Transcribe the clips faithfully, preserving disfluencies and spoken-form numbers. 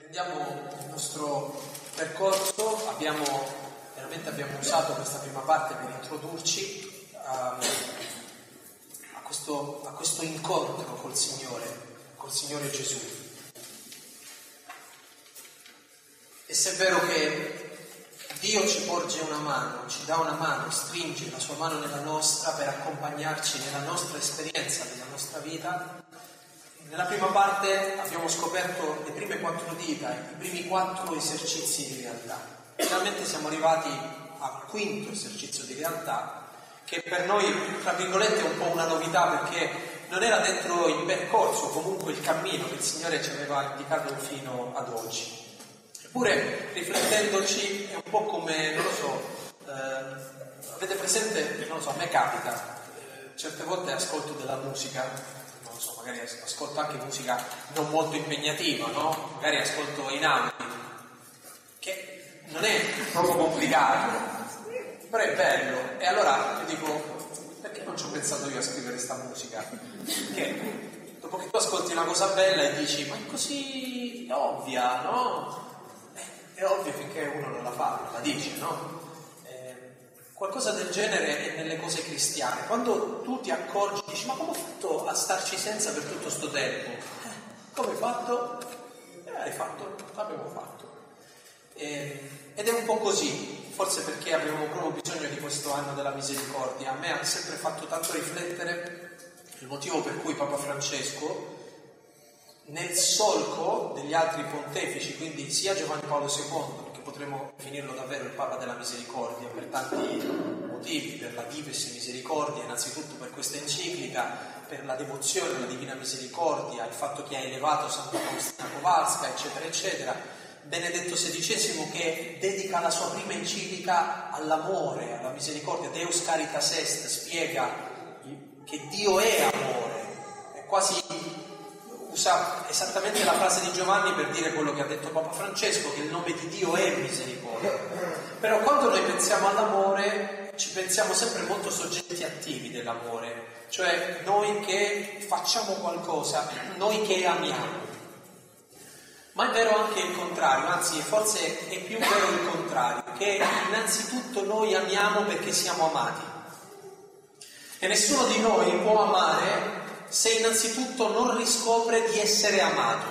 Riprendiamo il nostro percorso, abbiamo veramente abbiamo usato questa prima parte per introdurci a, a, questo, a questo incontro col Signore, col Signore Gesù. E se è vero che Dio ci porge una mano, ci dà una mano, stringe la sua mano nella nostra per accompagnarci nella nostra esperienza, nella nostra vita, nella prima parte abbiamo scoperto le prime quattro dita, i primi quattro esercizi di realtà. Finalmente siamo arrivati al quinto esercizio di realtà, che per noi, tra virgolette, è un po' una novità, perché non era dentro il percorso, comunque il cammino che il Signore ci aveva indicato fino ad oggi. Eppure, riflettendoci, è un po' come, non lo so, eh, avete presente, non lo so, a me capita, eh, certe volte ascolto della musica, non so, magari ascolto anche musica non molto impegnativa, no? Magari ascolto in ambiti, che non è proprio complicato, però è bello. E allora io dico, perché non ci ho pensato io a scrivere questa musica? Che dopo che tu ascolti una cosa bella e dici, ma è così ovvia, no? È ovvio finché uno non la fa, non la dice, no? Qualcosa del genere è nelle cose cristiane. Quando tu ti accorgi, dici, ma come ho fatto a starci senza per tutto sto tempo? Eh, come hai fatto? Eh, hai fatto, l'abbiamo fatto. Eh, ed è un po' così, forse perché abbiamo proprio bisogno di questo anno della misericordia. A me ha sempre fatto tanto riflettere il motivo per cui Papa Francesco, nel solco degli altri pontefici, quindi sia Giovanni Paolo secondo, potremmo definirlo davvero il Papa della Misericordia per tanti motivi, per la Dives Misericordia, innanzitutto per questa enciclica, per la devozione alla Divina Misericordia, il fatto che ha elevato Santa Faustina Kowalska, eccetera, eccetera. Benedetto sedicesimo che dedica la sua prima enciclica all'amore, alla misericordia, Deus Caritas Est, spiega che Dio è amore, è quasi... usa esattamente la frase di Giovanni per dire quello che ha detto Papa Francesco, che il nome di Dio è misericordia. Però quando noi pensiamo all'amore ci pensiamo sempre molto soggetti attivi dell'amore, cioè noi che facciamo qualcosa, noi che amiamo. Ma è vero anche il contrario, anzi forse è più vero il contrario, che innanzitutto noi amiamo perché siamo amati. E nessuno di noi può amare se innanzitutto non riscopre di essere amato.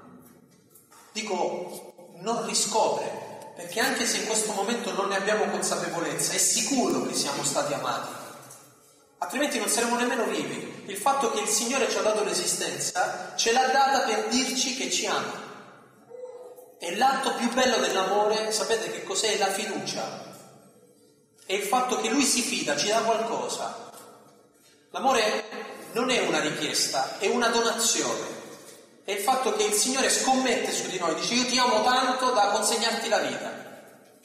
Dico non riscopre, perché anche se in questo momento non ne abbiamo consapevolezza, è sicuro che siamo stati amati, altrimenti non saremmo nemmeno vivi. Il fatto che il Signore ci ha dato l'esistenza ce l'ha data per dirci che ci ama. E l'atto più bello dell'amore, sapete che cos'è? La fiducia. È il fatto che Lui si fida, ci dà qualcosa. L'amore non è una richiesta, è una donazione. È il fatto che il Signore scommette su di noi, dice io ti amo tanto da consegnarti la vita.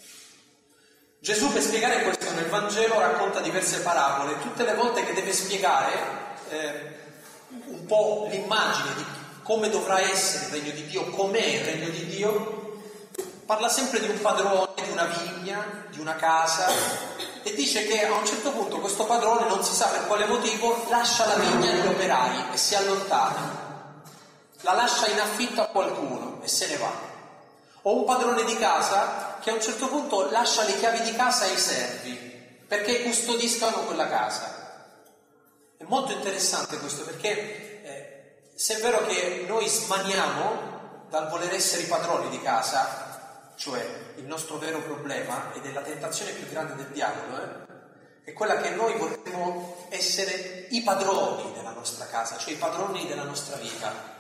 Gesù per spiegare questo nel Vangelo racconta diverse parabole. Tutte le volte che deve spiegare eh, un po' l'immagine di come dovrà essere il regno di Dio, com'è il regno di Dio, parla sempre di un padrone, di una vigna, di una casa, e dice che a un certo punto questo padrone, non si sa per quale motivo, lascia la vigna agli operai e si allontana, la lascia in affitto a qualcuno e se ne va. O un padrone di casa che a un certo punto lascia le chiavi di casa ai servi perché custodiscano quella casa. È molto interessante questo, perché eh, se è vero che noi smaniamo dal voler essere i padroni di casa, cioè il nostro vero problema, ed è la tentazione più grande del diavolo, eh? È quella che noi vorremmo essere i padroni della nostra casa, cioè i padroni della nostra vita.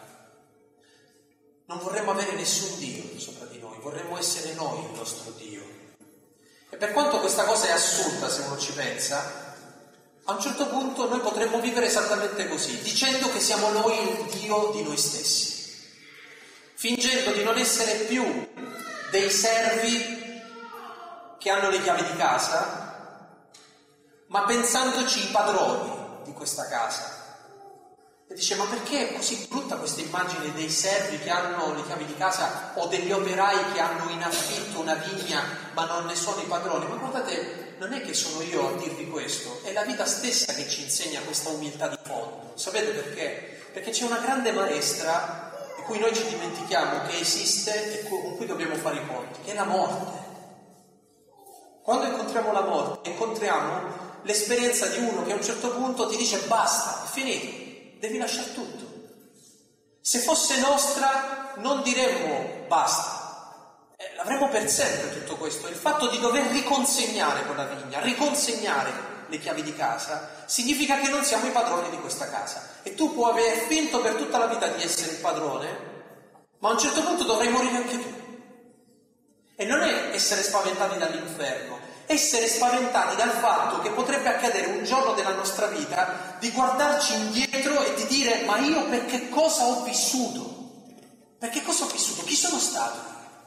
Non vorremmo avere nessun Dio sopra di noi, vorremmo essere noi il nostro Dio. E per quanto questa cosa è assurda, se uno ci pensa, a un certo punto noi potremmo vivere esattamente così, dicendo che siamo noi il Dio di noi stessi, fingendo di non essere più dei servi che hanno le chiavi di casa, ma pensandoci i padroni di questa casa. E dice, ma perché è così brutta questa immagine dei servi che hanno le chiavi di casa o degli operai che hanno in affitto una vigna ma non ne sono i padroni? Ma guardate, non è che sono io a dirvi questo, è la vita stessa che ci insegna questa umiltà di fondo. Sapete perché? Perché c'è una grande maestra di cui noi ci dimentichiamo che esiste e con cui dobbiamo fare i conti, che è la morte. Quando incontriamo la morte, incontriamo l'esperienza di uno che a un certo punto ti dice basta, è finito, devi lasciare tutto. Se fosse nostra non diremmo basta, eh, l'avremmo per sempre tutto questo. Il fatto di dover riconsegnare quella vigna, riconsegnare le chiavi di casa, significa che non siamo i padroni di questa casa. E tu puoi aver finto per tutta la vita di essere il padrone, ma a un certo punto dovrai morire anche tu. E non è essere spaventati dall'inferno, essere spaventati dal fatto che potrebbe accadere un giorno della nostra vita di guardarci indietro e di dire ma io per che cosa ho vissuto? Per che cosa ho vissuto? Chi sono stato?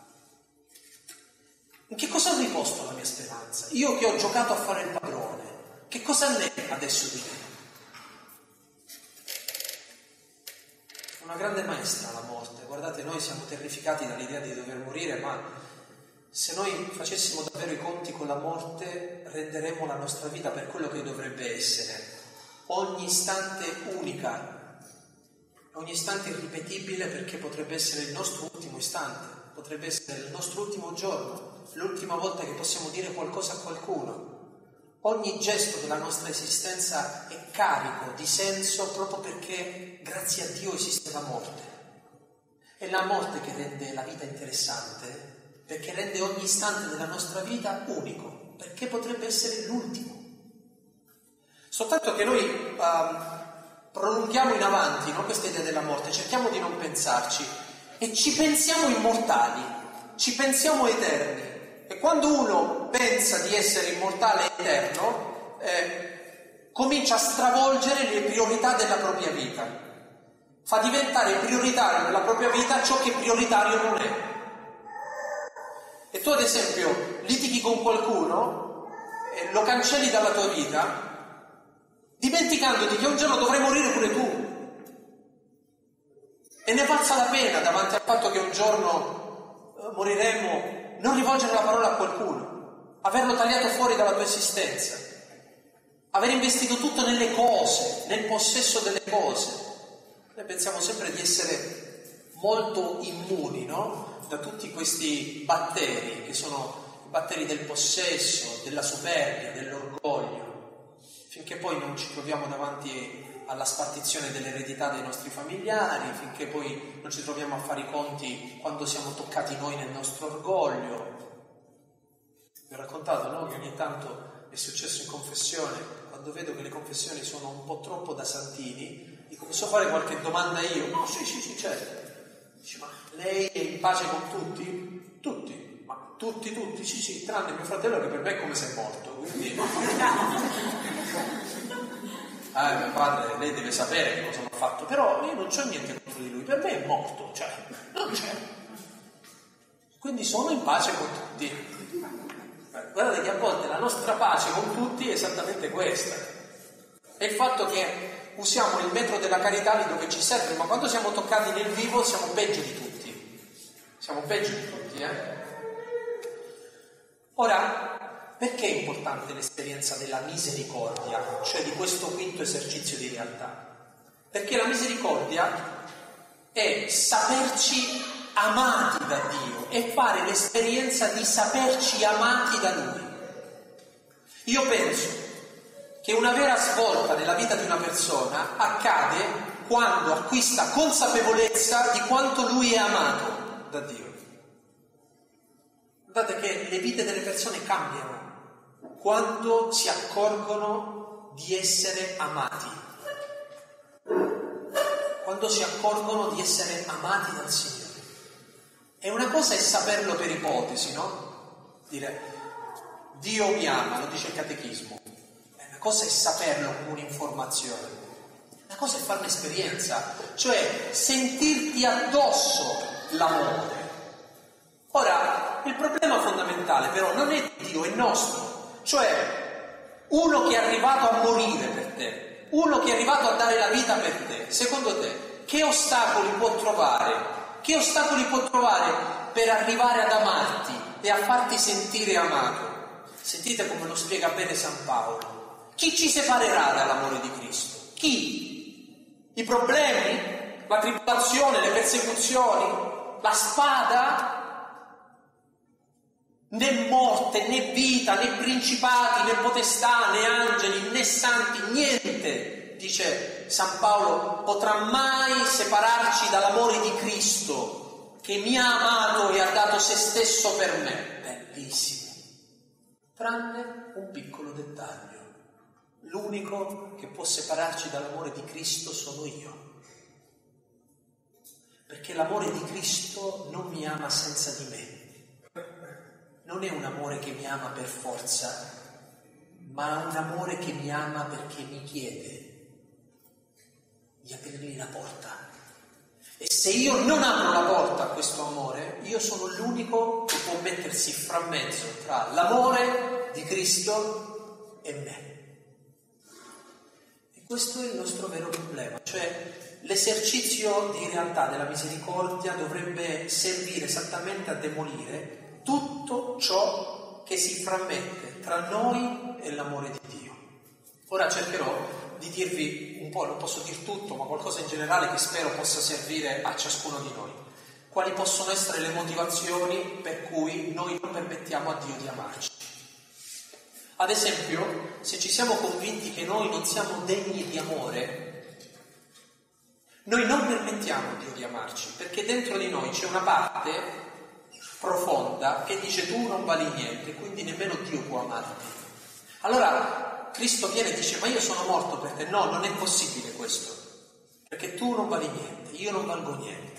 In che cosa ho riposto la mia speranza? Io che ho giocato a fare il padrone, che cosa ne è adesso di me? Una grande maestra la morte. Guardate, noi siamo terrificati dall'idea di dover morire, ma se noi facessimo davvero i conti con la morte, renderemmo la nostra vita per quello che dovrebbe essere. Ogni istante unica, ogni istante irripetibile, perché potrebbe essere il nostro ultimo istante, potrebbe essere il nostro ultimo giorno, l'ultima volta che possiamo dire qualcosa a qualcuno. Ogni gesto della nostra esistenza è carico di senso proprio perché, grazie a Dio, esiste la morte. È la morte che rende la vita interessante, perché rende ogni istante della nostra vita unico, perché potrebbe essere l'ultimo. Soltanto che noi uh, prolunghiamo in avanti, no, questa idea della morte, cerchiamo di non pensarci e ci pensiamo immortali, ci pensiamo eterni. E quando uno pensa di essere immortale e eterno, eh, comincia a stravolgere le priorità della propria vita, fa diventare prioritario nella propria vita ciò che prioritario non è. E tu ad esempio litighi con qualcuno, eh, lo cancelli dalla tua vita, dimenticandoti che un giorno dovrai morire pure tu. E ne valsa la pena davanti al fatto che un giorno eh, moriremo, non rivolgere la parola a qualcuno, averlo tagliato fuori dalla tua esistenza, aver investito tutto nelle cose, nel possesso delle cose. Noi pensiamo sempre di essere molto immuni, no? Da tutti questi batteri che sono i batteri del possesso, della superbia, dell'orgoglio, finché poi non ci troviamo davanti alla spartizione dell'eredità dei nostri familiari, finché poi non ci troviamo a fare i conti quando siamo toccati noi nel nostro orgoglio. Vi ho raccontato, no? Che ogni tanto è successo in confessione, quando vedo che le confessioni sono un po' troppo da santini, dico posso fare qualche domanda io? No, sì, sì, sì, certo. Dice, ma lei è in pace con tutti? Tutti? Ma tutti, tutti? Sì, sì, tranne mio fratello che per me è come se è morto, quindi... Ah, mio padre, lei deve sapere che cosa ho fatto, però io non c'ho niente contro di lui, per me è morto, cioè, non c'è. Quindi sono in pace con tutti. Guardate che a volte la nostra pace con tutti è esattamente questa. È il fatto che usiamo il metro della carità lì dove ci serve, ma quando siamo toccati nel vivo siamo peggio di tutti. Siamo peggio di tutti, eh? Ora, perché è importante l'esperienza della misericordia, cioè di questo quinto esercizio di realtà? Perché la misericordia è saperci amati da Dio, è fare l'esperienza di saperci amati da Lui. Io penso che una vera svolta nella vita di una persona accade quando acquista consapevolezza di quanto Lui è amato da Dio. Guardate che le vite delle persone cambiano quando si accorgono di essere amati, quando si accorgono di essere amati dal Signore. E una cosa è saperlo per ipotesi, no? Dire Dio mi ama, lo dice il catechismo. Una cosa è saperlo come un'informazione, una cosa è fare un'esperienza, cioè sentirti addosso l'amore. Ora, il problema fondamentale però non è Dio, è nostro. Cioè, uno che è arrivato a morire per te, uno che è arrivato a dare la vita per te, secondo te, che ostacoli può trovare? Che ostacoli può trovare per arrivare ad amarti e a farti sentire amato? Sentite come lo spiega bene San Paolo. Chi ci separerà dall'amore di Cristo? Chi? I problemi? la tribolazione, le persecuzioni, la spada? Né morte, né vita, né principati, né potestà, né angeli, né santi, niente, dice San Paolo, potrà mai separarci dall'amore di Cristo, che mi ha amato e ha dato se stesso per me. Bellissimo. Tranne un piccolo dettaglio. L'unico che può separarci dall'amore di Cristo sono io. Perché l'amore di Cristo non mi ama senza di me. Non è un amore che mi ama per forza, ma un amore che mi ama perché mi chiede di aprirgli la porta. E se io non apro la porta a questo amore, io sono l'unico che può mettersi fra mezzo tra l'amore di Cristo e me. E questo è il nostro vero problema, cioè l'esercizio di realtà della misericordia dovrebbe servire esattamente a demolire tutto ciò che si frammette tra noi e l'amore di Dio. Ora cercherò di dirvi un po', non posso dir tutto, ma qualcosa in generale che spero possa servire a ciascuno di noi. Quali possono essere le motivazioni per cui noi non permettiamo a Dio di amarci? Ad esempio, se ci siamo convinti che noi non siamo degni di amore, noi non permettiamo a Dio di amarci, perché dentro di noi c'è una parte profonda che dice tu non vali niente, quindi nemmeno Dio può amarti. Allora Cristo viene e dice ma io sono morto per te. No, non è possibile questo, perché tu non vali niente, io non valgo niente.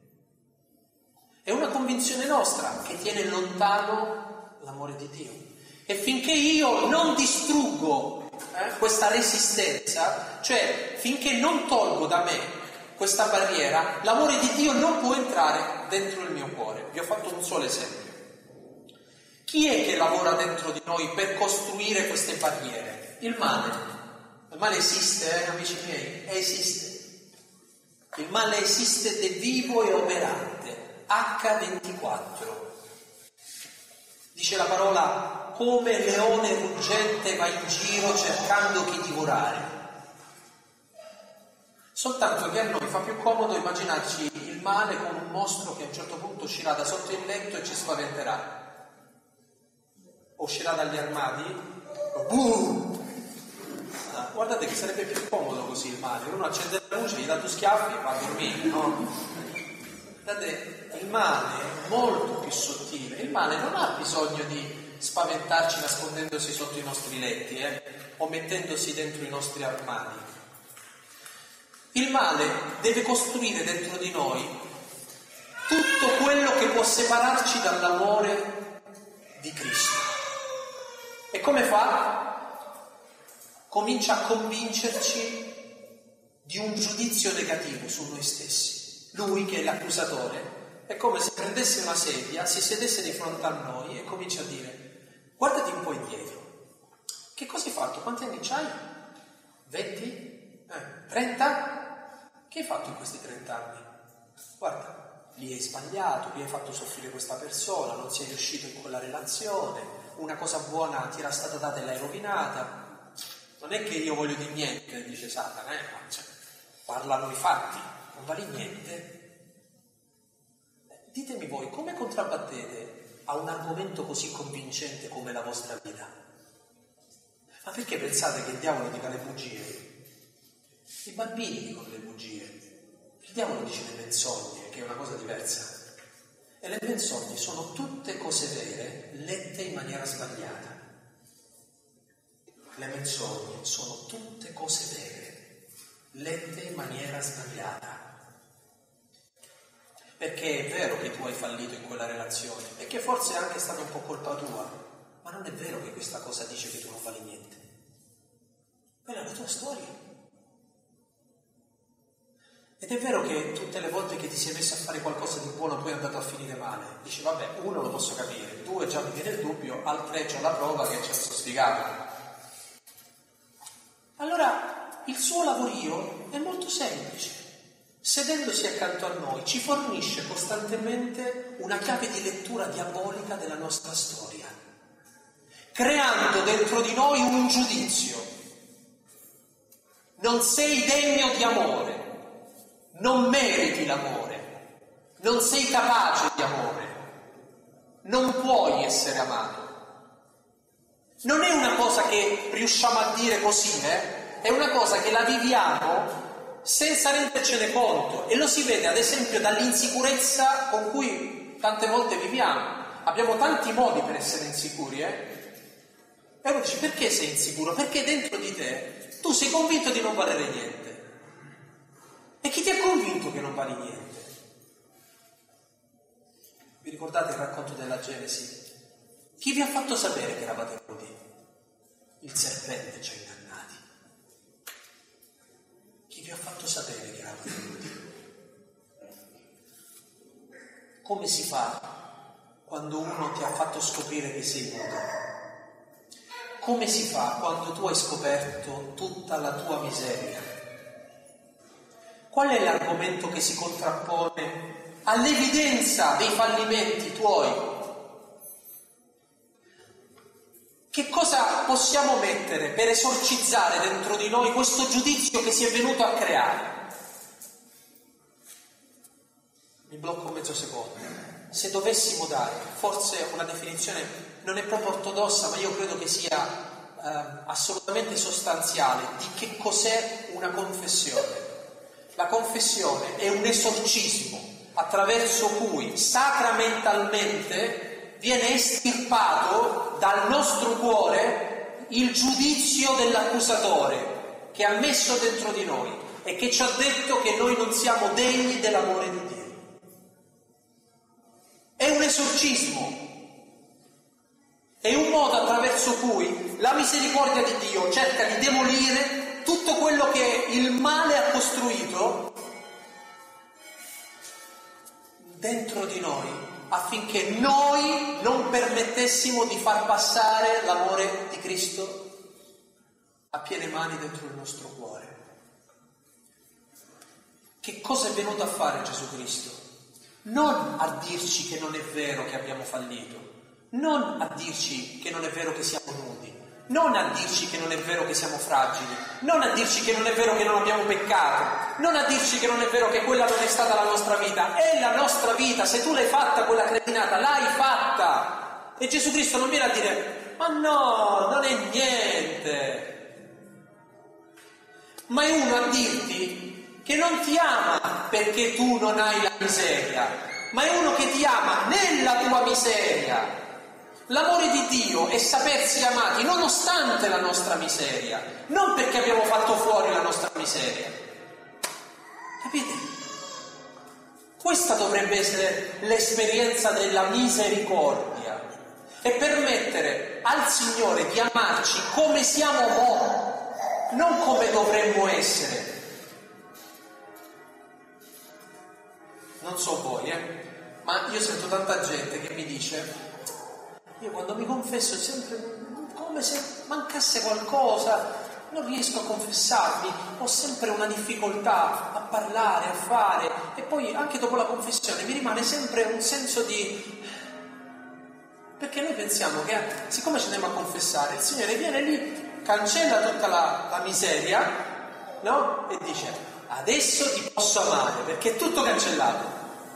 È una convinzione nostra che tiene lontano l'amore di Dio. E finché io non distruggo eh, questa resistenza, cioè finché non tolgo da me questa barriera, l'amore di Dio non può entrare dentro il mio cuore. Vi ho fatto un solo esempio. Chi è che lavora dentro di noi per costruire queste barriere? Il male. Il male esiste, eh, amici miei? Esiste. Il male esiste ed è vivo e operante. acca ventiquattro. Dice la parola, come leone ruggente va in giro cercando chi divorare. Soltanto che a noi fa più comodo immaginarci il male come un mostro che a un certo punto uscirà da sotto il letto e ci spaventerà. O uscirà dagli armadi. Buh! Ah, guardate che sarebbe più comodo così il male. Uno accende la luce, gli dà due schiaffi e va a dormire, no? Guardate, il male è molto più sottile. Il male non ha bisogno di spaventarci nascondendosi sotto i nostri letti, eh? O mettendosi dentro i nostri armadi. Il male deve costruire dentro di noi tutto quello che può separarci dall'amore di Cristo. E come fa? Comincia a convincerci di un giudizio negativo su noi stessi. Lui, che è l'accusatore, è come se prendesse una sedia, si sedesse di fronte a noi e comincia a dire guardati un po' indietro. Che cosa hai fatto? Quanti anni c'hai? venti? Eh, trenta? Che hai fatto in questi trenta anni? Guarda, lì hai sbagliato, lì hai fatto soffrire questa persona, non sei riuscito in quella relazione, una cosa buona ti era stata data e l'hai rovinata. Non è che io voglio dire niente, dice Satana, eh? Ma cioè, parlano i fatti, non vali niente. Ditemi voi, come contrabbattete a un argomento così convincente come la vostra vita? Ma perché pensate che il diavolo dica le bugie? I bambini dicono le bugie, il diavolo dice le menzogne, che è una cosa diversa. E le menzogne sono tutte cose vere lette in maniera sbagliata. Le menzogne sono tutte cose vere lette in maniera sbagliata. Perché è vero che tu hai fallito in quella relazione e che forse è anche stata un po' colpa tua, ma non è vero che questa cosa dice che tu non vali niente. Quella è la tua storia. Ed è vero che tutte le volte che ti sei messo a fare qualcosa di buono poi è andato a finire male. Dici, vabbè, uno lo posso capire, due già mi viene il dubbio, al tre c'ho la prova che ci sono sfigato. Allora, il suo lavorio è molto semplice. Sedendosi accanto a noi, ci fornisce costantemente una chiave di lettura diabolica della nostra storia, creando dentro di noi un giudizio. Non sei degno di amore. non meriti l'amore, non sei capace di amore, non puoi essere amato. Non è una cosa che riusciamo a dire così, eh? È una cosa che la viviamo senza rendercene conto, e lo si vede ad esempio dall'insicurezza con cui tante volte viviamo. Abbiamo tanti modi per essere insicuri, eh? E uno dice: perché sei insicuro? Perché dentro di te tu sei convinto di non valere niente. E chi ti ha convinto che non vali niente? Vi ricordate il racconto della Genesi? Chi vi ha fatto sapere che eravate nudi? Il serpente ci ha ingannati. Chi vi ha fatto sapere che eravate nudi? Come si fa quando uno ti ha fatto scoprire che sei nudo? Come si fa quando tu hai scoperto tutta la tua miseria? Qual è l'argomento che si contrappone all'evidenza dei fallimenti tuoi? Che cosa possiamo mettere per esorcizzare dentro di noi questo giudizio che si è venuto a creare? Mi blocco un mezzo secondo. Se dovessimo dare, forse una definizione non è proprio ortodossa, ma io credo che sia eh, assolutamente sostanziale, di che cos'è una confessione. La confessione è un esorcismo attraverso cui sacramentalmente viene estirpato dal nostro cuore il giudizio dell'accusatore che ha messo dentro di noi e che ci ha detto che noi non siamo degni dell'amore di Dio. È un esorcismo, è un modo attraverso cui la misericordia di Dio cerca di demolire tutto quello che il male ha costruito dentro di noi, affinché noi non permettessimo di far passare l'amore di Cristo a piene mani dentro il nostro cuore. Che cosa è venuto a fare Gesù Cristo? Non a dirci che non è vero che abbiamo fallito, non a dirci che non è vero che siamo nudi, non a dirci che non è vero che siamo fragili, non a dirci che non è vero che non abbiamo peccato, non a dirci che non è vero che quella non è stata la nostra vita. È la nostra vita. Se tu l'hai fatta quella cretinata, l'hai fatta. E Gesù Cristo non viene a dire: ma no, non è niente. Ma è uno a dirti che non ti ama perché tu non hai la miseria, ma è uno che ti ama nella tua miseria. L'amore di Dio è sapersi amati nonostante la nostra miseria, non perché abbiamo fatto fuori la nostra miseria. Capite? Questa dovrebbe essere l'esperienza della misericordia e permettere al Signore di amarci come siamo mo, non come dovremmo essere. Non so voi, eh? Ma io sento tanta gente che mi dice: io quando mi confesso è sempre come se mancasse qualcosa, non riesco a confessarmi, ho sempre una difficoltà a parlare, a fare, e poi anche dopo la confessione mi rimane sempre un senso di... Perché noi pensiamo che siccome ci andiamo a confessare, il Signore viene lì, cancella tutta la, la miseria, no? E dice: adesso ti posso amare, perché è tutto cancellato.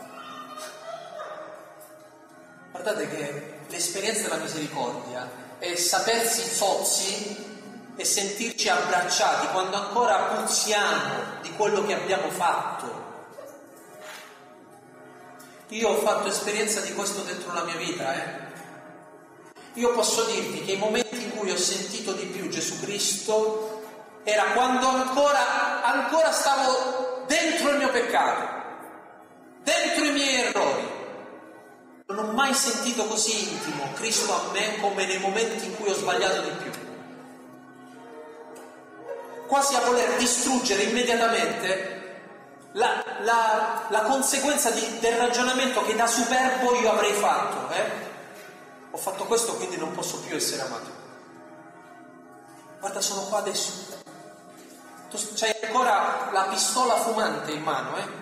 Guardate che l'esperienza della misericordia è sapersi zozzi e sentirci abbracciati quando ancora puzziamo di quello che abbiamo fatto. Io ho fatto esperienza di questo dentro la mia vita, eh? Io posso dirvi che i momenti in cui ho sentito di più Gesù Cristo era quando ancora, ancora stavo dentro il mio peccato, dentro i miei errori. Non ho mai sentito così intimo Cristo a me come nei momenti in cui ho sbagliato di più. Quasi a voler distruggere immediatamente la, la, la conseguenza di, del ragionamento che da superbo io avrei fatto. Eh? Ho fatto questo, quindi non posso più essere amato. Guarda, sono qua adesso. Tu c'hai ancora la pistola fumante in mano, eh?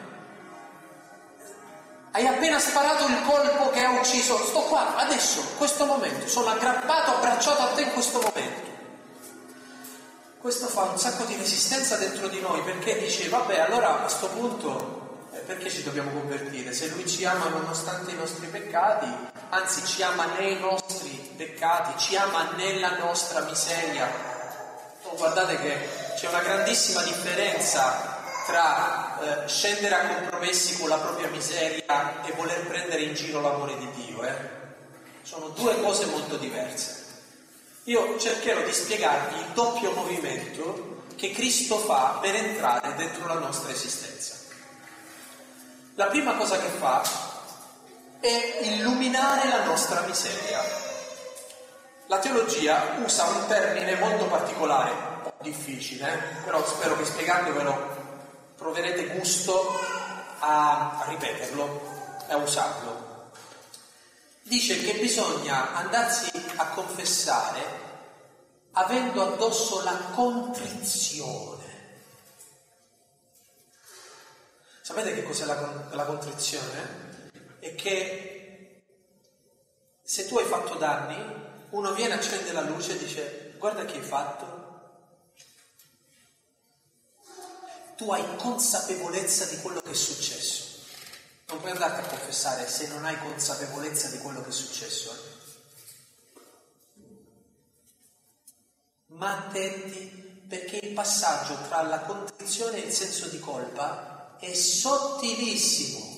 Hai appena sparato il colpo che ha ucciso. Sto qua, adesso, in questo momento. Sono aggrappato, abbracciato a te in questo momento. questo fa un sacco di resistenza dentro di noi, perché dice, vabbè, allora a questo punto eh, perché ci dobbiamo convertire? Se lui ci ama nonostante i nostri peccati, anzi ci ama nei nostri peccati, ci ama nella nostra miseria. Oh, guardate che c'è una grandissima differenza tra eh, scendere a compromessi con la propria miseria e voler prendere in giro l'amore di Dio. Eh? Sono due cose molto diverse. Io cercherò di spiegarvi il doppio movimento che Cristo fa per entrare dentro la nostra esistenza. La prima cosa che fa è illuminare la nostra miseria. La teologia usa un termine molto particolare, un po' difficile, eh? però spero che spiegandovelo troverete gusto a, a ripeterlo e a usarlo. Dice che bisogna andarsi a confessare avendo addosso la contrizione. Sapete che cos'è la, la contrizione? È che se tu hai fatto danni, uno viene, accende la luce e dice: guarda che hai fatto. Tu hai consapevolezza di quello che è successo. Non puoi andarti a confessare se non hai consapevolezza di quello che è successo. Eh? Ma attenti, perché il passaggio tra la contrizione e il senso di colpa è sottilissimo.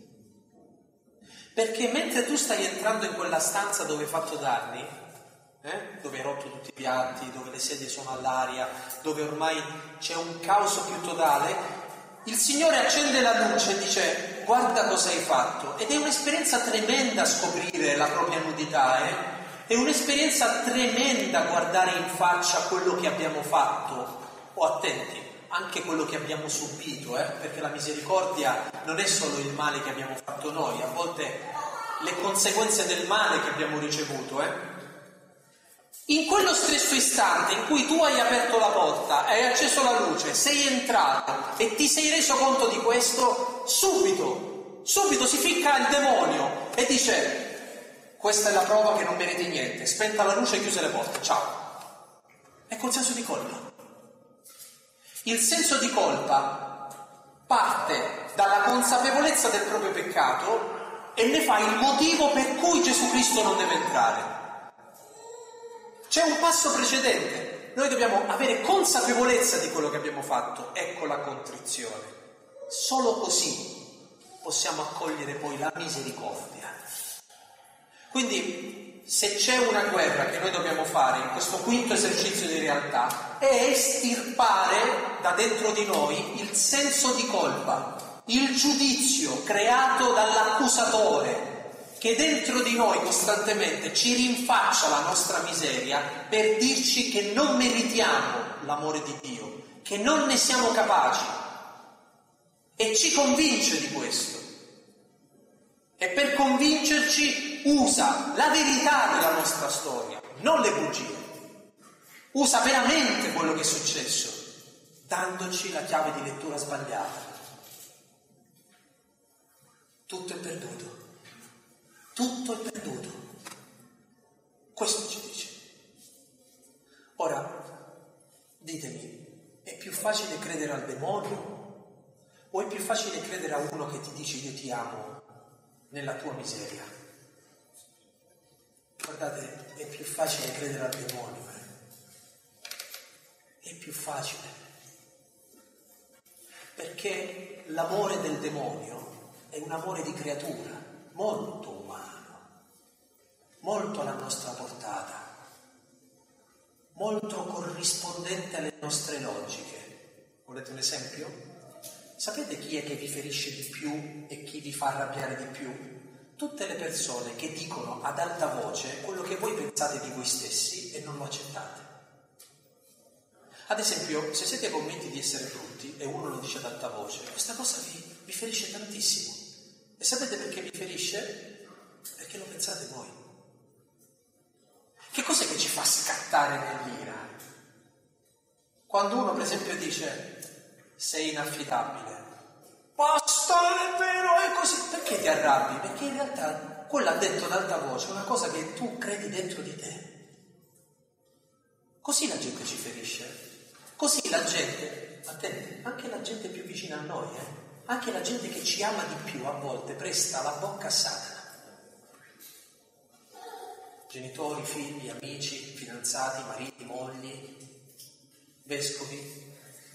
Perché mentre tu stai entrando in quella stanza dove hai fatto danni, eh? dove hai rotto tutti i piatti, dove le sedie sono all'aria, dove ormai c'è un caos più totale, il Signore accende la luce e dice: guarda cosa hai fatto. Ed è un'esperienza tremenda scoprire la propria nudità, eh? È un'esperienza tremenda guardare in faccia quello che abbiamo fatto. O attenti, anche quello che abbiamo subito, eh? Perché la misericordia non è solo il male che abbiamo fatto noi, a volte le conseguenze del male che abbiamo ricevuto, eh? In quello stesso istante in cui tu hai aperto la porta, hai acceso la luce, sei entrato e ti sei reso conto di questo, subito, subito si ficca il demonio e dice: questa è la prova che non meriti niente, spenta la luce e chiuse le porte, ciao. Ecco il senso di colpa. Il senso di colpa parte dalla consapevolezza del proprio peccato e ne fa il motivo per cui Gesù Cristo non deve entrare. C'è un passo precedente, noi dobbiamo avere consapevolezza di quello che abbiamo fatto, ecco la contrizione. Solo così possiamo accogliere poi la misericordia. Quindi, se c'è una guerra che noi dobbiamo fare in questo quinto esercizio di realtà, è estirpare da dentro di noi il senso di colpa, il giudizio creato dall'accusatore, che dentro di noi costantemente ci rinfaccia la nostra miseria per dirci che non meritiamo l'amore di Dio, che non ne siamo capaci, e ci convince di questo. E per convincerci usa la verità della nostra storia, non le bugie. Usa veramente quello che è successo, dandoci la chiave di lettura sbagliata. Tutto è perduto. Tutto è perduto. Questo ci dice. Ora, ditemi, è più facile credere al demonio o è più facile credere a uno che ti dice: io ti amo nella tua miseria? Guardate, è più facile credere al demonio. Eh? È più facile. Perché l'amore del demonio è un amore di creatura, molto umano, molto alla nostra portata, molto corrispondente alle nostre logiche. Volete un esempio? Sapete chi è che vi ferisce di più e chi vi fa arrabbiare di più? Tutte le persone che dicono ad alta voce quello che voi pensate di voi stessi e non lo accettate. Ad esempio, se siete convinti di essere brutti e uno lo dice ad alta voce, questa cosa vi, vi ferisce tantissimo. E sapete perché vi ferisce? Perché lo pensate voi. Che cos'è che ci fa scattare nell'ira? Quando uno, per esempio, dice: sei inaffidabile. Basta, non è vero, è così. Perché ti arrabbi? Perché in realtà quello ha detto ad alta voce una cosa che tu credi dentro di te. Così la gente ci ferisce. Così la gente, attenti, anche la gente più vicina a noi, eh, anche la gente che ci ama di più a volte presta la bocca a Satana. Genitori, figli, amici, fidanzati, mariti, mogli, vescovi,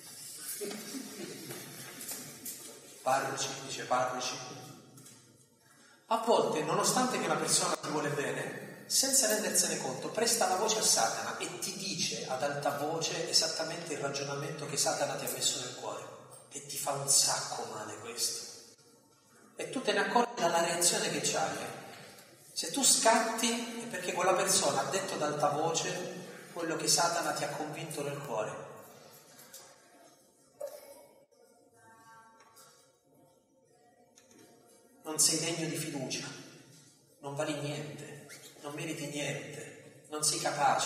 parroci, vice parroci. A volte, nonostante che una persona ti vuole bene, senza rendersene conto, presta la voce a Satana e ti dice ad alta voce esattamente il ragionamento che Satana ti ha messo nel cuore. E ti fa un sacco male questo. E tu te ne accorgi dalla reazione che c'hai. Eh? Se tu scatti è perché quella persona ha detto ad alta voce quello che Satana ti ha convinto nel cuore. Non sei degno di fiducia, non vali niente, non meriti niente, non sei capace,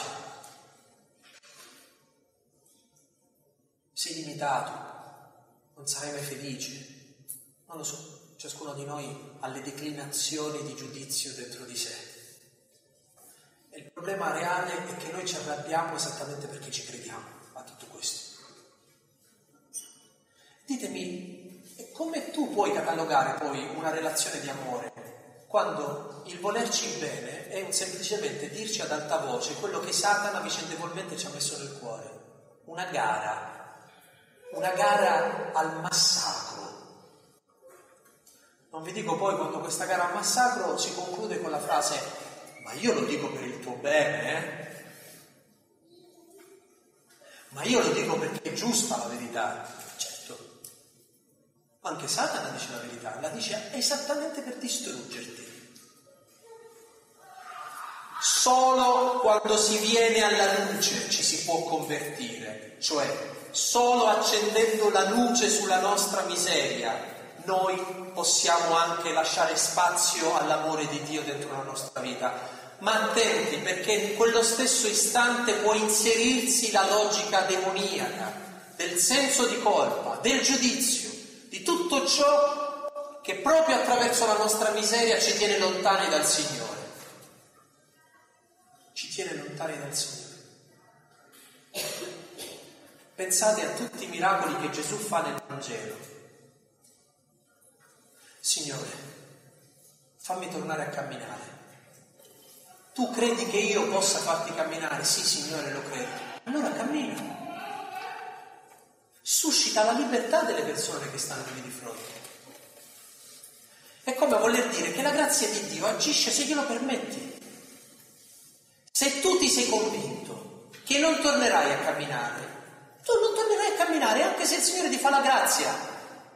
sei limitato, non sarai mai felice. Non lo so, ciascuno di noi ha le declinazioni di giudizio dentro di sé. E il problema reale è che noi ci arrabbiamo esattamente perché ci crediamo a tutto questo. Ditemi, come tu puoi catalogare poi una relazione di amore quando il volerci bene è un semplicemente dirci ad alta voce quello che Satana vicendevolmente ci ha messo nel cuore? Una gara, una gara al massacro. Non vi dico poi quando questa gara al massacro si conclude con la frase: ma io lo dico per il tuo bene, eh? Ma io lo dico perché è giusta la verità. Certo, anche Satana dice la verità, la dice esattamente per distruggerti. Solo quando si viene alla luce ci si può convertire, cioè solo accendendo la luce sulla nostra miseria noi possiamo anche lasciare spazio all'amore di Dio dentro la nostra vita. Ma attenti, perché in quello stesso istante può inserirsi la logica demoniaca del senso di colpa, del giudizio, di tutto ciò che proprio attraverso la nostra miseria ci tiene lontani dal Signore. Ci tiene lontani dal Signore. Pensate a tutti i miracoli che Gesù fa nel Vangelo. Signore, fammi tornare a camminare. Tu credi che io possa farti camminare? Sì, Signore, lo credo. Allora cammina. Suscita la libertà delle persone che stanno lì di fronte. È come voler dire che la grazia di Dio agisce se glielo permetti. Se tu ti sei convinto che non tornerai a camminare, tu non tornerai a camminare anche se il Signore ti fa la grazia.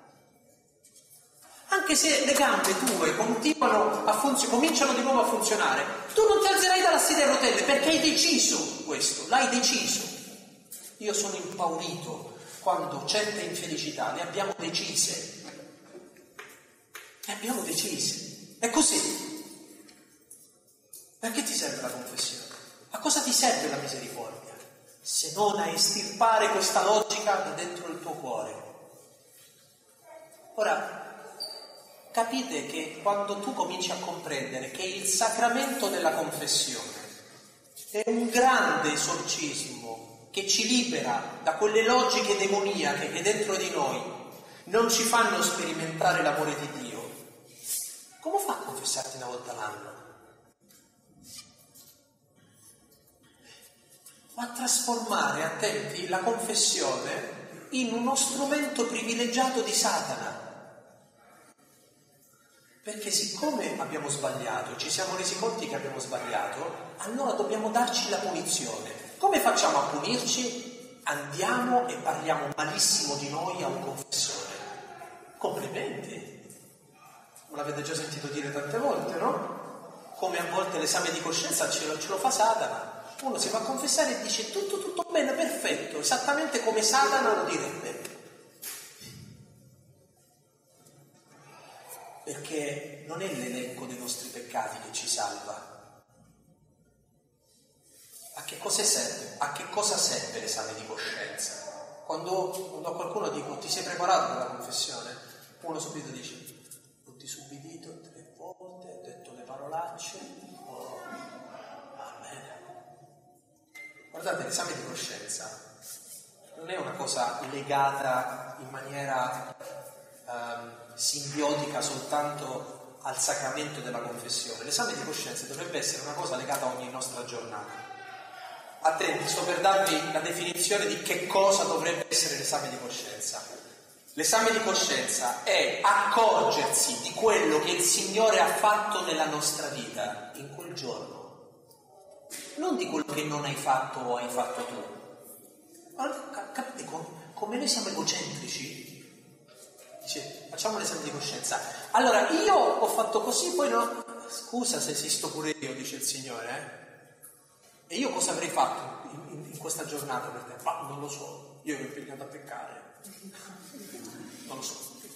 Anche se le gambe tue continuano a funzionare, cominciano di nuovo a funzionare, tu non ti alzerai dalla sedia a rotelle perché hai deciso questo, l'hai deciso. Io sono impaurito quando certe infelicità le abbiamo decise. Le abbiamo decise. È così. Perché ti serve la confessione? A cosa ti serve la misericordia? Se non a estirpare questa logica da dentro il tuo cuore. Ora, capite che quando tu cominci a comprendere che il sacramento della confessione è un grande esorcismo che ci libera da quelle logiche demoniache che dentro di noi non ci fanno sperimentare l'amore di Dio, come fa a confessarti una volta l'anno? A trasformare, attenti, la confessione in uno strumento privilegiato di Satana. Perché siccome abbiamo sbagliato, ci siamo resi conti che abbiamo sbagliato, allora dobbiamo darci la punizione. Come facciamo a punirci? Andiamo e parliamo malissimo di noi a un confessore. Complimenti! Me l'avete già sentito dire tante volte, no? Come a volte l'esame di coscienza ce lo, ce lo fa Satana. Uno si va a confessare e dice tutto, tutto bene, perfetto, esattamente come Satana lo direbbe. Perché non è l'elenco dei nostri peccati che ci salva. A che cosa serve? A che cosa serve l'esame di coscienza? Quando, quando a qualcuno dico ti sei preparato per la confessione, uno subito dice ho disubbidito tre volte, ho detto le parolacce, oh, va bene. Guardate, l'esame di coscienza non è una cosa legata in maniera ehm, simbiotica soltanto al sacramento della confessione. L'esame di coscienza dovrebbe essere una cosa legata a ogni nostra giornata. Attenti, sto per darvi la definizione di che cosa dovrebbe essere l'esame di coscienza. L'esame di coscienza è accorgersi di quello che il Signore ha fatto nella nostra vita in quel giorno, non di quello che non hai fatto o hai fatto tu. Allora, capite come, come noi siamo egocentrici? Dice, facciamo l'esame di coscienza. Allora, io ho fatto così, poi no. Scusa se esisto pure io, dice il Signore, eh? E io cosa avrei fatto in, in, in questa giornata per te? Ma non lo so, io ero impegnato a peccare. Non lo so.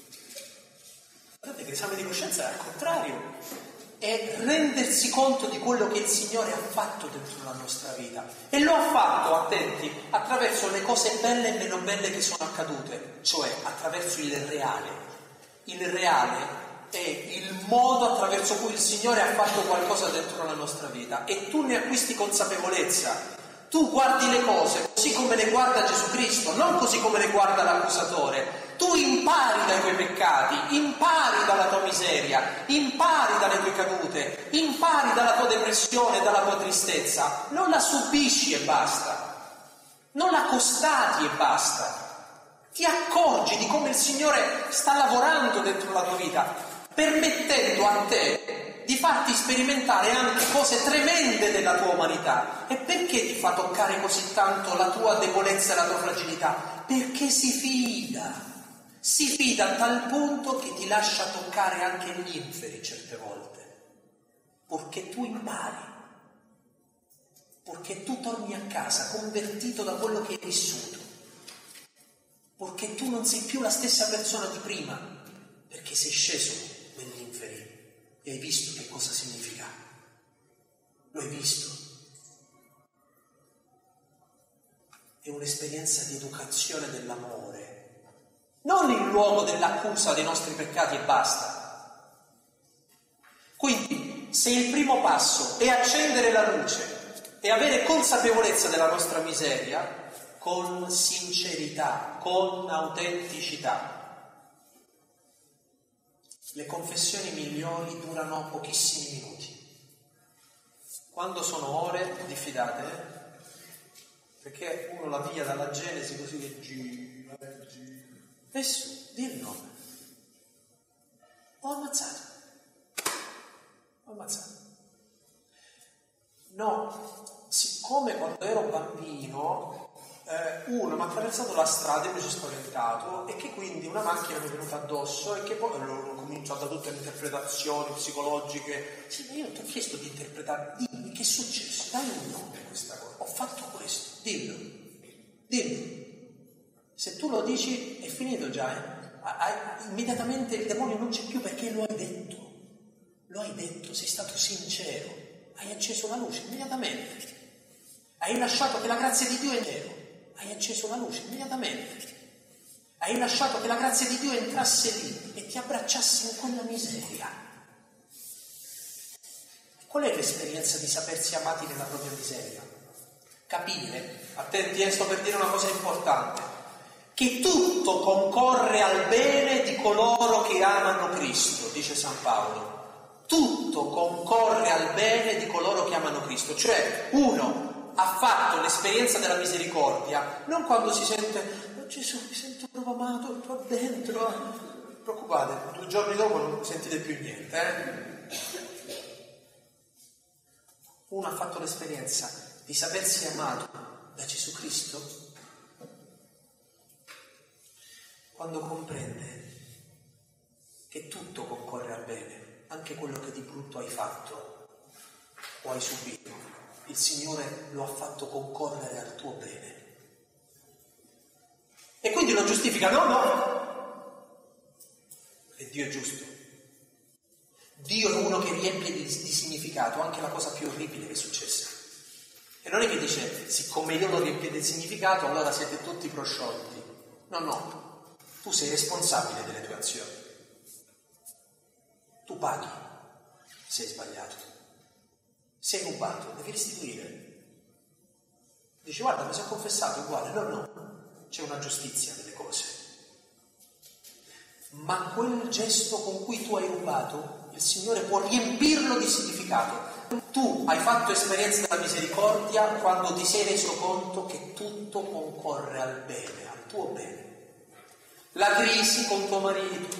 Guardate che l'esame di coscienza è al contrario. È rendersi conto di quello che il Signore ha fatto dentro la nostra vita. E lo ha fatto, attenti, attraverso le cose belle e meno belle che sono accadute, cioè attraverso il reale. Il reale è il modo attraverso cui il Signore ha fatto qualcosa dentro la nostra vita e tu ne acquisti consapevolezza. Tu guardi le cose così come le guarda Gesù Cristo, non così come le guarda l'accusatore. Tu impari dai tuoi peccati, impari dalla tua miseria, impari dalle tue cadute, impari dalla tua depressione, dalla tua tristezza. Non la subisci e basta, non la constati e basta. Ti accorgi di come il Signore sta lavorando dentro la tua vita, permettendo a te di farti sperimentare anche cose tremende della tua umanità. E perché ti fa toccare così tanto la tua debolezza e la tua fragilità? Perché si fida. Si fida a tal punto che ti lascia toccare anche gli inferi certe volte, purché tu impari, purché tu torni a casa convertito da quello che hai vissuto, purché tu non sei più la stessa persona di prima, perché sei sceso negli inferi e hai visto che cosa significa. Lo hai visto. È un'esperienza di educazione dell'amore. Non il luogo dell'accusa dei nostri peccati e basta. Quindi, se il primo passo è accendere la luce e avere consapevolezza della nostra miseria, con sincerità, con autenticità. Le confessioni migliori durano pochissimi minuti. Quando sono ore, diffidate, eh? Perché uno la piglia dalla Genesi così che gira, gira. Adesso, di il nome. Ho ammazzato. Ho ammazzato. No, siccome quando ero bambino eh, uno mi ha attraversato la strada e mi sono spaventato e che quindi una macchina mi è venuta addosso e che poi ho cominciato tutte le interpretazioni psicologiche. Sì, ma io ti ho chiesto di interpretare, dimmi che è successo, dai un nome a questa cosa. Ho fatto questo, dillo, dillo. Se tu lo dici è finito già, eh? Hai, immediatamente il demonio non c'è più perché lo hai detto, lo hai detto, sei stato sincero, hai acceso la luce immediatamente, hai lasciato che la grazia di Dio è nero, hai acceso la luce immediatamente, hai lasciato che la grazia di Dio entrasse lì e ti abbracciasse in quella miseria. Qual è l'esperienza di sapersi amati nella propria miseria? Capire, attenti, eh, sto per dire una cosa importante, che tutto concorre al bene di coloro che amano Cristo, dice San Paolo. Tutto concorre al bene di coloro che amano Cristo. Cioè, uno ha fatto l'esperienza della misericordia, non quando si sente, oh Gesù, mi sento proprio amato qua dentro. Non preoccupate, due giorni dopo non sentite più niente. Eh? Uno ha fatto l'esperienza di sapersi amato da Gesù Cristo quando comprende che tutto concorre al bene, anche quello che di brutto hai fatto o hai subito, il Signore lo ha fatto concorrere al tuo bene. E quindi lo giustifica, no, no, e Dio è giusto. Dio è uno che riempie di, di significato anche la cosa più orribile che è successa. E non è che dice, siccome io lo riempio di significato, allora siete tutti prosciolti. No, no. Tu sei responsabile delle tue azioni. Tu paghi se hai sbagliato. Se hai rubato, devi restituire. Dici, guarda, mi sono confessato uguale. No, no. c'è una giustizia delle cose. Ma quel gesto con cui tu hai rubato, il Signore può riempirlo di significato. Tu hai fatto esperienza della misericordia quando ti sei reso conto che tutto concorre al bene, al tuo bene. La crisi con tuo marito,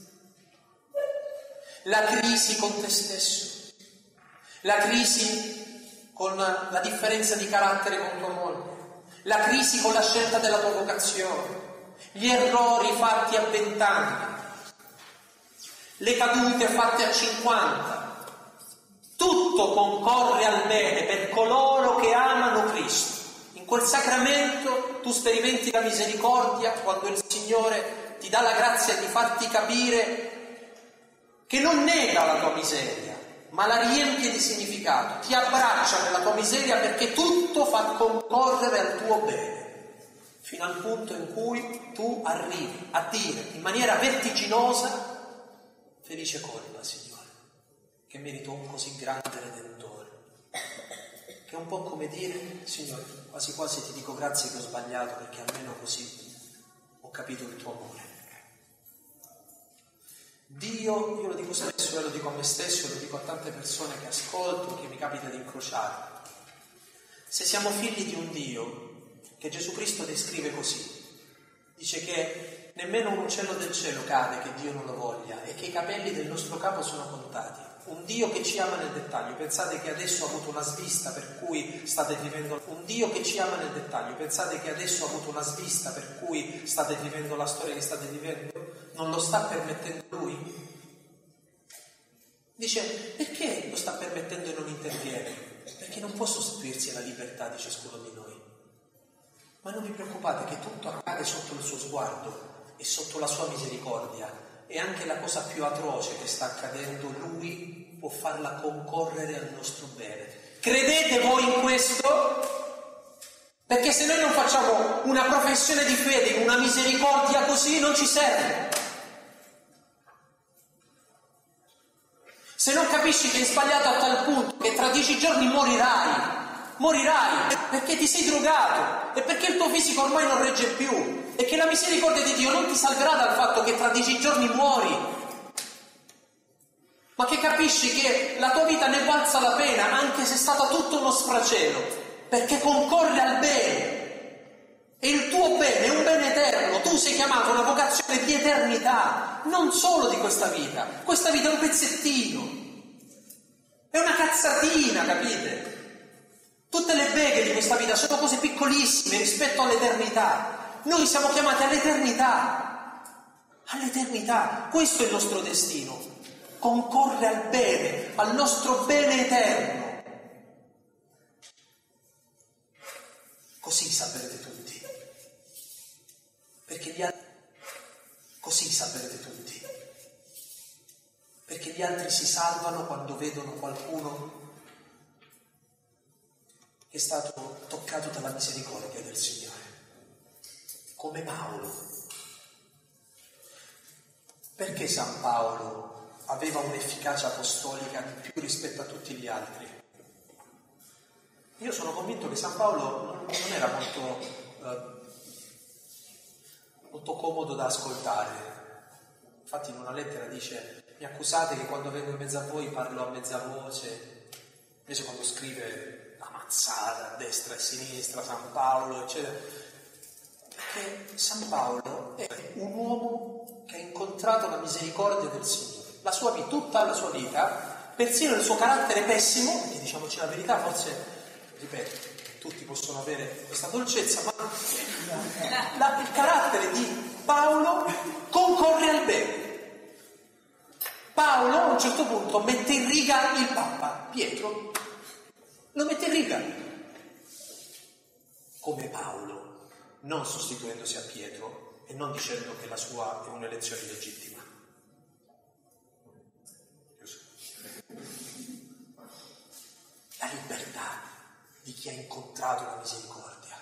la crisi con te stesso, la crisi con la differenza di carattere con tua moglie, la crisi con la scelta della tua vocazione, gli errori fatti a vent'anni, le cadute fatte a cinquanta. Tutto concorre al bene per coloro che amano Cristo. In quel sacramento tu sperimenti la misericordia quando il Signore ti dà la grazia di farti capire che non nega la tua miseria, ma la riempie di significato, ti abbraccia nella tua miseria perché tutto fa concorrere al tuo bene, fino al punto in cui tu arrivi a dire in maniera vertiginosa: felice colpa, Signore, che merito un così grande Redentore. Che è un po' come dire: Signore, quasi quasi ti dico grazie che ho sbagliato, perché almeno così ho capito il tuo amore. Dio, io lo dico spesso e lo dico a me stesso, lo dico a tante persone che ascolto, che mi capita di incrociare. Se siamo figli di un Dio che Gesù Cristo descrive così, dice che nemmeno un uccello del cielo cade che Dio non lo voglia e che i capelli del nostro capo sono contati. Un Dio che ci ama nel dettaglio. Pensate che adesso ha avuto una svista per cui state vivendo un Dio che ci ama nel dettaglio. Pensate che adesso ha avuto una svista per cui state vivendo la storia che state vivendo. Non lo sta permettendo Lui? Dice: perché lo sta permettendo e non interviene? Perché non può sostituirsi alla libertà di ciascuno di noi. Ma non vi preoccupate che tutto accade sotto il suo sguardo e sotto la sua misericordia. E anche la cosa più atroce che sta accadendo, Lui può farla concorrere al nostro bene. Credete voi in questo? Perché se noi non facciamo una professione di fede in una misericordia così, non ci serve. Se non capisci che hai sbagliato a tal punto che tra dieci giorni morirai, morirai perché ti sei drogato e perché il tuo fisico ormai non regge più, e che la misericordia di Dio non ti salverà dal fatto che tra dieci giorni muori, ma che capisci che la tua vita ne valsa la pena, anche se è stata tutto uno sfracelo, perché concorre al bene, e il tuo bene è un bene eterno. Tu sei chiamato a una vocazione di eternità, non solo di questa vita. Questa vita è un pezzettino, è una cazzatina, capite? Tutte le beghe di questa vita sono cose piccolissime rispetto all'eternità. Noi siamo chiamati all'eternità, all'eternità. Questo è il nostro destino, concorre al bene, al nostro bene eterno. Così saprete tutti, perché gli altri, così saprete tutti, perché gli altri si salvano quando vedono qualcuno che è stato toccato dalla misericordia del Signore. Come Paolo. Perché San Paolo aveva un'efficacia apostolica di più rispetto a tutti gli altri? Io sono convinto che San Paolo non era molto, eh, molto comodo da ascoltare. Infatti in una lettera dice: mi accusate che quando vengo in mezzo a voi parlo a mezza voce. Invece quando scrive la mazzata a destra e a sinistra, San Paolo, eccetera. Perché San Paolo è un uomo che ha incontrato la misericordia del Signore. La sua vita, tutta la sua vita, persino il suo carattere pessimo, e diciamoci la verità, forse, ripeto, tutti possono avere questa dolcezza, ma la, il carattere di Paolo concorre al bene. Paolo a un certo punto mette in riga il Papa Pietro, lo mette in riga, come Paolo, non sostituendosi a Pietro e non dicendo che la sua è un'elezione legittima. La libertà di chi ha incontrato la misericordia.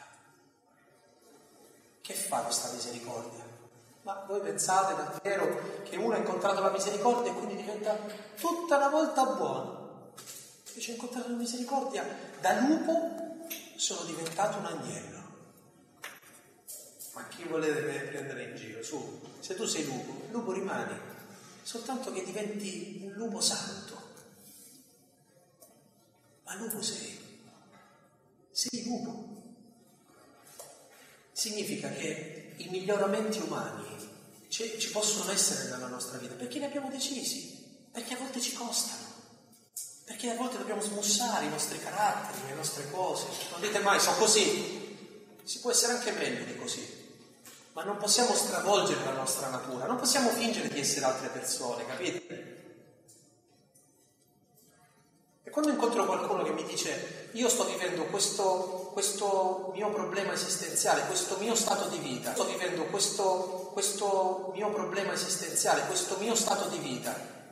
Che fa questa misericordia? Ma voi pensate davvero che uno ha incontrato la misericordia e quindi diventa tutta una volta buono? Invece ho incontrato la misericordia, da lupo sono diventato un agnello. Ma volete prendere in giro, su, se tu sei lupo, lupo rimani, soltanto che diventi un lupo santo. Ma lupo sei, sei lupo. Significa che i miglioramenti umani ci, ci possono essere nella nostra vita, perché li abbiamo decisi, perché a volte ci costano, perché a volte dobbiamo smussare i nostri caratteri, le nostre cose. Non dite mai, so così, si può essere anche meglio di così, ma non possiamo stravolgere la nostra natura, non possiamo fingere di essere altre persone, capite? E quando incontro qualcuno che mi dice io sto vivendo questo, questo mio problema esistenziale, questo mio stato di vita, sto vivendo questo, questo mio problema esistenziale, questo mio stato di vita,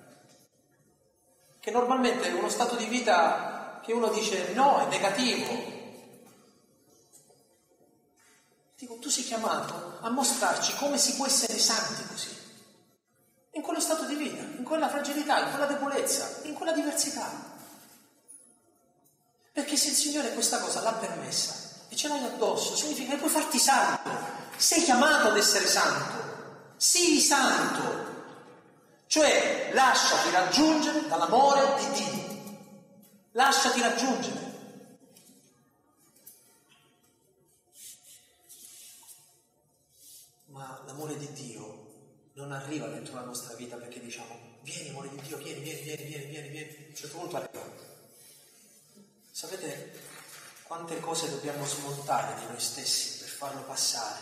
che normalmente è uno stato di vita che uno dice no, è negativo. Dico, tu sei chiamato a mostrarci come si può essere santi così, in quello stato di vita, in quella fragilità, in quella debolezza, in quella diversità. Perché se il Signore questa cosa l'ha permessa e ce l'hai addosso, significa che puoi farti santo. Sei chiamato ad essere santo. Sii santo. Cioè, lasciati raggiungere dall'amore di Dio. Lasciati raggiungere. Ma l'amore di Dio non arriva dentro la nostra vita perché diciamo vieni amore di Dio, vieni, vieni, vieni, vieni, vieni, vieni. A un certo punto arriva. Sapete quante cose dobbiamo smontare di noi stessi per farlo passare?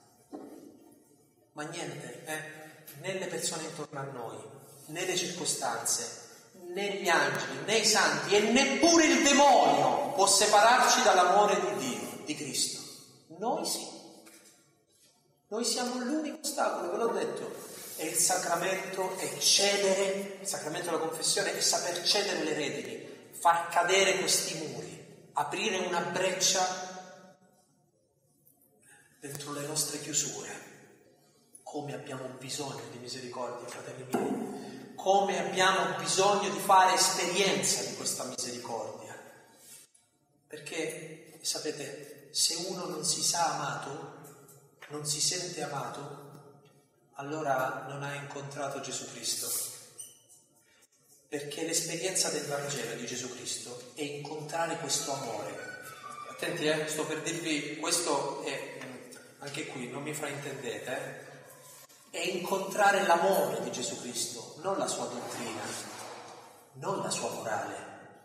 Ma niente, eh? Né le persone intorno a noi, né le circostanze, né gli angeli, né i santi e neppure il demonio può separarci dall'amore di Dio, di Cristo. Noi sì. Noi siamo l'unico ostacolo, ve l'ho detto. E il sacramento è cedere, il sacramento della confessione è saper cedere le redini, far cadere questi muri, aprire una breccia dentro le nostre chiusure. Come abbiamo bisogno di misericordia, fratelli miei, come abbiamo bisogno di fare esperienza di questa misericordia. Perché, sapete, se uno non si sa amato, non si sente amato, allora non ha incontrato Gesù Cristo. Perché l'esperienza del Vangelo di Gesù Cristo è incontrare questo amore. Attenti, eh, sto per dirvi, questo è, anche qui, non mi fraintendete, eh, è incontrare l'amore di Gesù Cristo, non la sua dottrina, non la sua morale.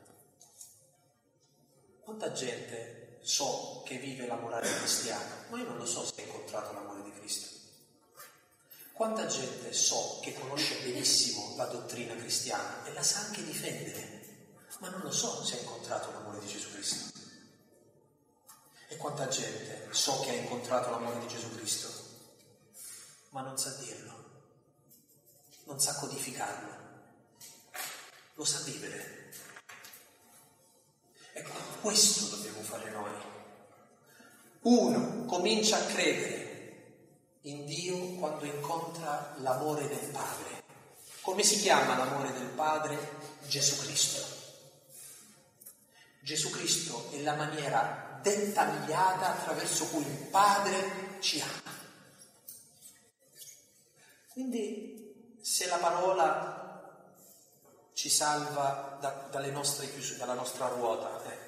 Quanta gente so che vive la morale cristiana, ma io non lo so se ha incontrato l'amore di Cristo. Quanta gente so che conosce benissimo la dottrina cristiana e la sa anche difendere, ma non lo so se ha incontrato l'amore di Gesù Cristo. E quanta gente so che ha incontrato l'amore di Gesù Cristo, ma non sa dirlo, non sa codificarlo, lo sa vivere. Ecco, questo dobbiamo fare noi. Uno comincia a credere in Dio quando incontra l'amore del Padre. Come si chiama l'amore del Padre? Gesù Cristo. Gesù Cristo è la maniera dettagliata attraverso cui il Padre ci ama. Quindi se la parola ci salva da, dalle nostre chiusure, dalla nostra ruota, eh.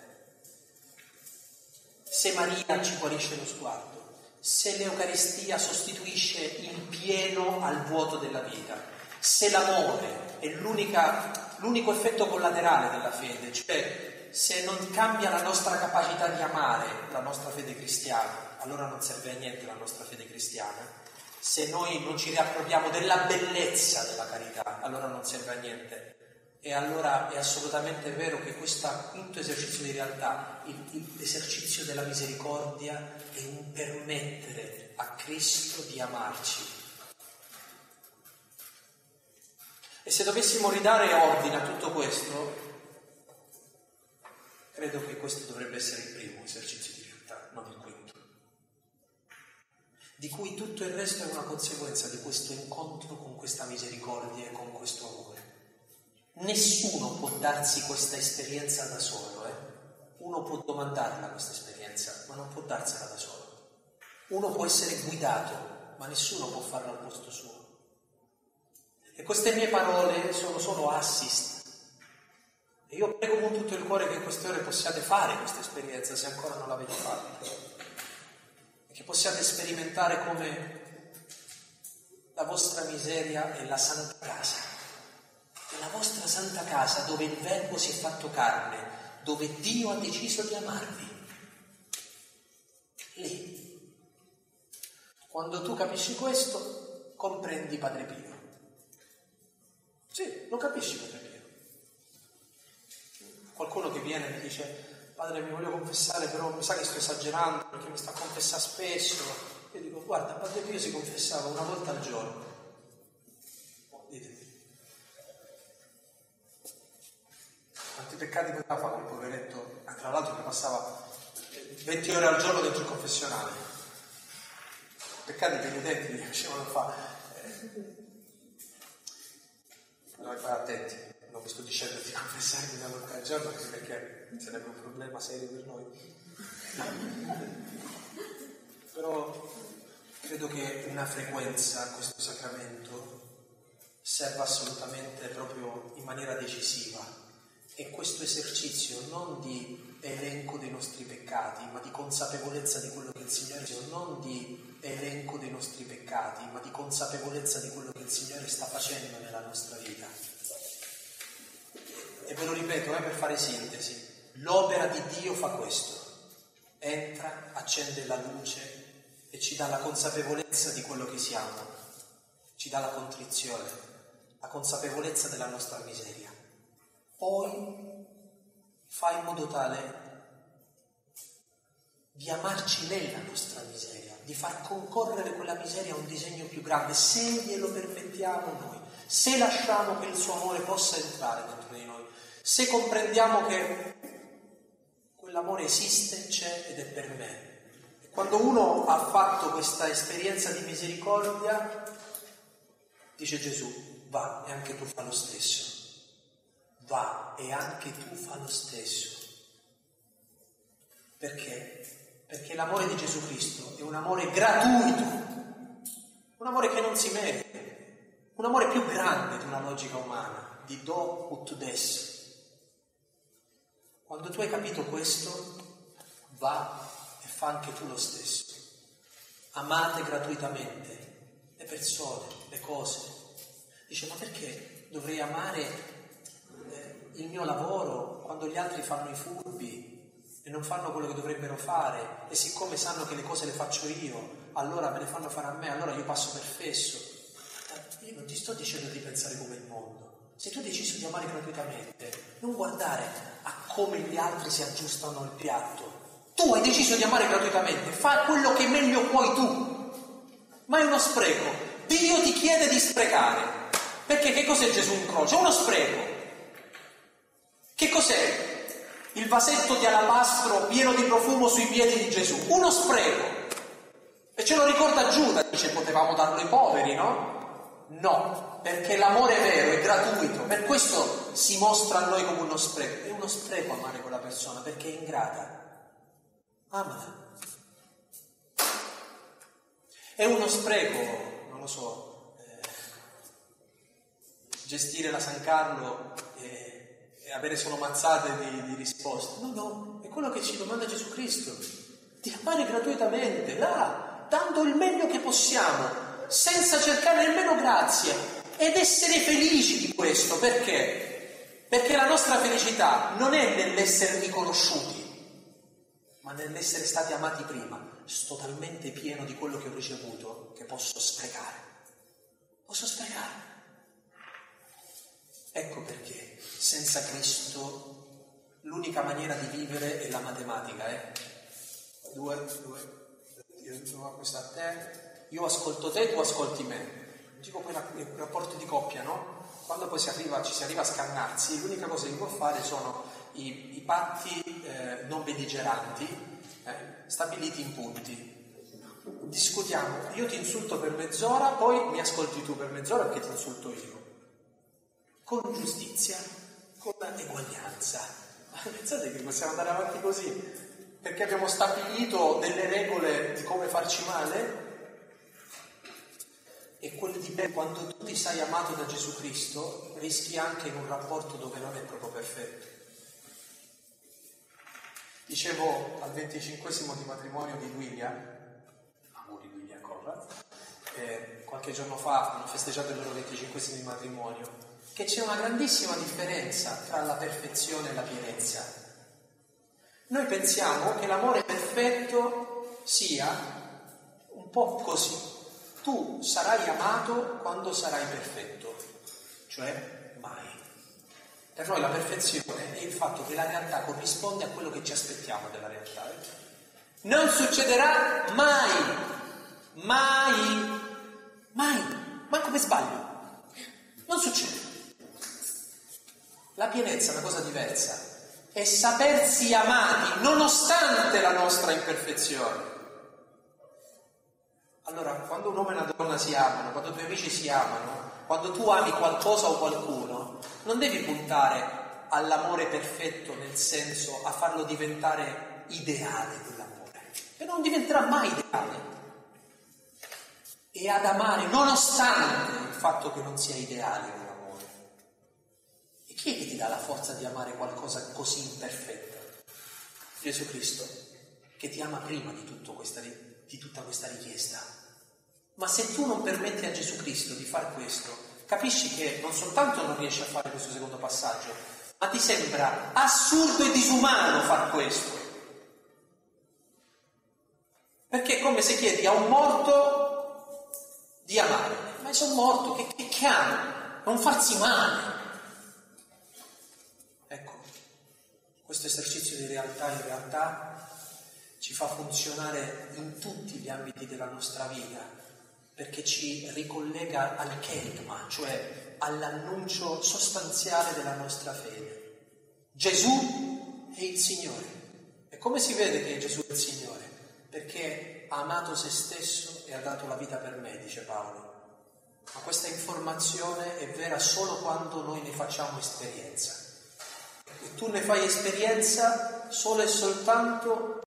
se Maria ci guarisce lo sguardo, se l'Eucaristia sostituisce in pieno al vuoto della vita, se l'amore è l'unica, l'unico effetto collaterale della fede, cioè se non cambia la nostra capacità di amare la nostra fede cristiana, allora non serve a niente la nostra fede cristiana. Se noi non ci riappropriamo della bellezza della carità, allora non serve a niente. E allora è assolutamente vero che questo quinto esercizio di realtà, il, il, l'esercizio della misericordia, è un permettere a Cristo di amarci. E se dovessimo ridare ordine a tutto questo, credo che questo dovrebbe essere il primo esercizio di realtà, non il quinto. Di cui tutto il resto è una conseguenza di questo incontro con questa misericordia e con questo amore. Nessuno può darsi questa esperienza da solo, eh? Uno può domandarla questa esperienza, ma non può darsela da solo. Uno può essere guidato, ma nessuno può farlo al posto suo. E queste mie parole sono solo assist. E io prego con tutto il cuore che in queste ore possiate fare questa esperienza, se ancora non l'avete fatta. E che possiate sperimentare come la vostra miseria è la santa casa. È la vostra santa casa dove il Verbo si è fatto carne, dove Dio ha deciso di amarvi. Lì. Quando tu capisci questo, comprendi Padre Pio. Sì, lo capisci Padre Pio. Qualcuno che viene e mi dice: padre, mi voglio confessare, però mi sa che sto esagerando perché mi sta a confessare spesso. Io dico: guarda, Padre Pio si confessava una volta al giorno. Oh, ditemi, quanti peccati poteva fare il poveretto? Tra l'altro che passava venti ore al giorno dentro il confessionale. Peccati penitenti li facevano fare. Noi fai attenti. Non vi sto dicendo di confessarmi una volta al giorno, perché sarebbe un problema serio per noi. Però credo che una frequenza a questo sacramento serva assolutamente proprio in maniera decisiva. E questo esercizio non di elenco dei nostri peccati, ma di consapevolezza di quello che il Signore, non di elenco dei nostri peccati, ma di consapevolezza di quello che il Signore sta facendo nella nostra vita. E ve lo ripeto, è per fare sintesi, l'opera di Dio fa questo: entra, accende la luce e ci dà la consapevolezza di quello che siamo, ci dà la contrizione, la consapevolezza della nostra miseria. Poi fa in modo tale di amarci nella nostra miseria, di far concorrere quella miseria a un disegno più grande, se glielo permettiamo noi, se lasciamo che il suo amore possa entrare dentro di noi, se comprendiamo che quell'amore esiste, c'è ed è per me. E quando uno ha fatto questa esperienza di misericordia, dice Gesù: va e anche tu fa lo stesso. Va e anche tu fa lo stesso. Perché? Perché l'amore di Gesù Cristo è un amore gratuito, un amore che non si merita, un amore più grande di una logica umana, di do ut des. Quando tu hai capito questo, va e fa anche tu lo stesso. Amate gratuitamente le persone, le cose. Dice: ma perché dovrei amare il mio lavoro quando gli altri fanno i furbi e non fanno quello che dovrebbero fare, e siccome sanno che le cose le faccio io, allora me le fanno fare a me, allora io passo per fesso? Io non ti sto dicendo di pensare come il mondo. Se tu hai deciso di amare gratuitamente, non guardare a come gli altri si aggiustano al piatto. Tu hai deciso di amare gratuitamente, fai quello che meglio puoi tu. Ma è uno spreco. Dio ti chiede di sprecare. Perché che cos'è Gesù in croce? È uno spreco. Che cos'è il vasetto di alabastro pieno di profumo sui piedi di Gesù? Uno spreco. E ce lo ricorda Giuda, dice: potevamo darlo ai poveri, no? No, perché l'amore vero è gratuito, per questo si mostra a noi come uno spreco. È uno spreco amare quella persona perché è ingrata. Amala. È uno spreco, non lo so, eh, gestire la San Carlo e e avere solo mazzate di, di risposte. No, no, è quello che ci domanda Gesù Cristo, di amare gratuitamente, là, dando il meglio che possiamo, senza cercare nemmeno grazie, ed essere felici di questo. Perché? Perché la nostra felicità non è nell'essere riconosciuti, ma nell'essere stati amati prima. Sto talmente pieno di quello che ho ricevuto che posso sprecare. Posso sprecare. Ecco perché senza Cristo l'unica maniera di vivere è la matematica, eh? Due, due, io do questa a te, io ascolto te, tu ascolti me. Dico poi i rapporti di coppia, no? Quando poi si arriva, ci si arriva a scannarsi, l'unica cosa che può fare sono i, i patti eh, non belligeranti, eh, stabiliti in punti. Discutiamo, io ti insulto per mezz'ora, poi mi ascolti tu per mezz'ora perché ti insulto io. Con giustizia, con eguaglianza. Ma pensate che possiamo andare avanti così? Perché abbiamo stabilito delle regole di come fare farci male è quello di quando tu ti sai amato da Gesù Cristo, rischi anche in un rapporto dove non è proprio perfetto. Dicevo al venticinquesimo di matrimonio di William, auguri William Conrad, eh, qualche giorno fa hanno festeggiato il loro venticinquesimo di matrimonio, che c'è una grandissima differenza tra la perfezione e la pienezza. Noi pensiamo che l'amore perfetto sia un po' così: tu sarai amato quando sarai perfetto, cioè mai. Per noi la perfezione è il fatto che la realtà corrisponde a quello che ci aspettiamo della realtà. Non succederà mai, mai, mai, manco per sbaglio. Non succede. La pienezza è una cosa diversa, è sapersi amati nonostante la nostra imperfezione. Allora, quando un uomo e una donna si amano, quando i tuoi amici si amano, quando tu ami qualcosa o qualcuno, non devi puntare all'amore perfetto, nel senso a farlo diventare ideale quell'amore, e non diventerà mai ideale. E ad amare nonostante il fatto che non sia ideale quell'amore. E chi è che ti dà la forza di amare qualcosa così imperfetto? Gesù Cristo, che ti ama prima di, tutto questa, di tutta questa richiesta. Ma se tu non permetti a Gesù Cristo di fare questo, capisci che non soltanto non riesci a fare questo secondo passaggio, ma ti sembra assurdo e disumano far questo. Perché è come se chiedi a un morto di amare. Ma sono morto, che, che, che amo? Non farsi male. Ecco, questo esercizio di realtà in realtà ci fa funzionare in tutti gli ambiti della nostra vita, perché ci ricollega al kerigma, cioè all'annuncio sostanziale della nostra fede. Gesù è il Signore. E come si vede che Gesù è il Signore? Perché ha amato se stesso e ha dato la vita per me, dice Paolo. Ma questa informazione è vera solo quando noi ne facciamo esperienza. E tu ne fai esperienza solo e soltanto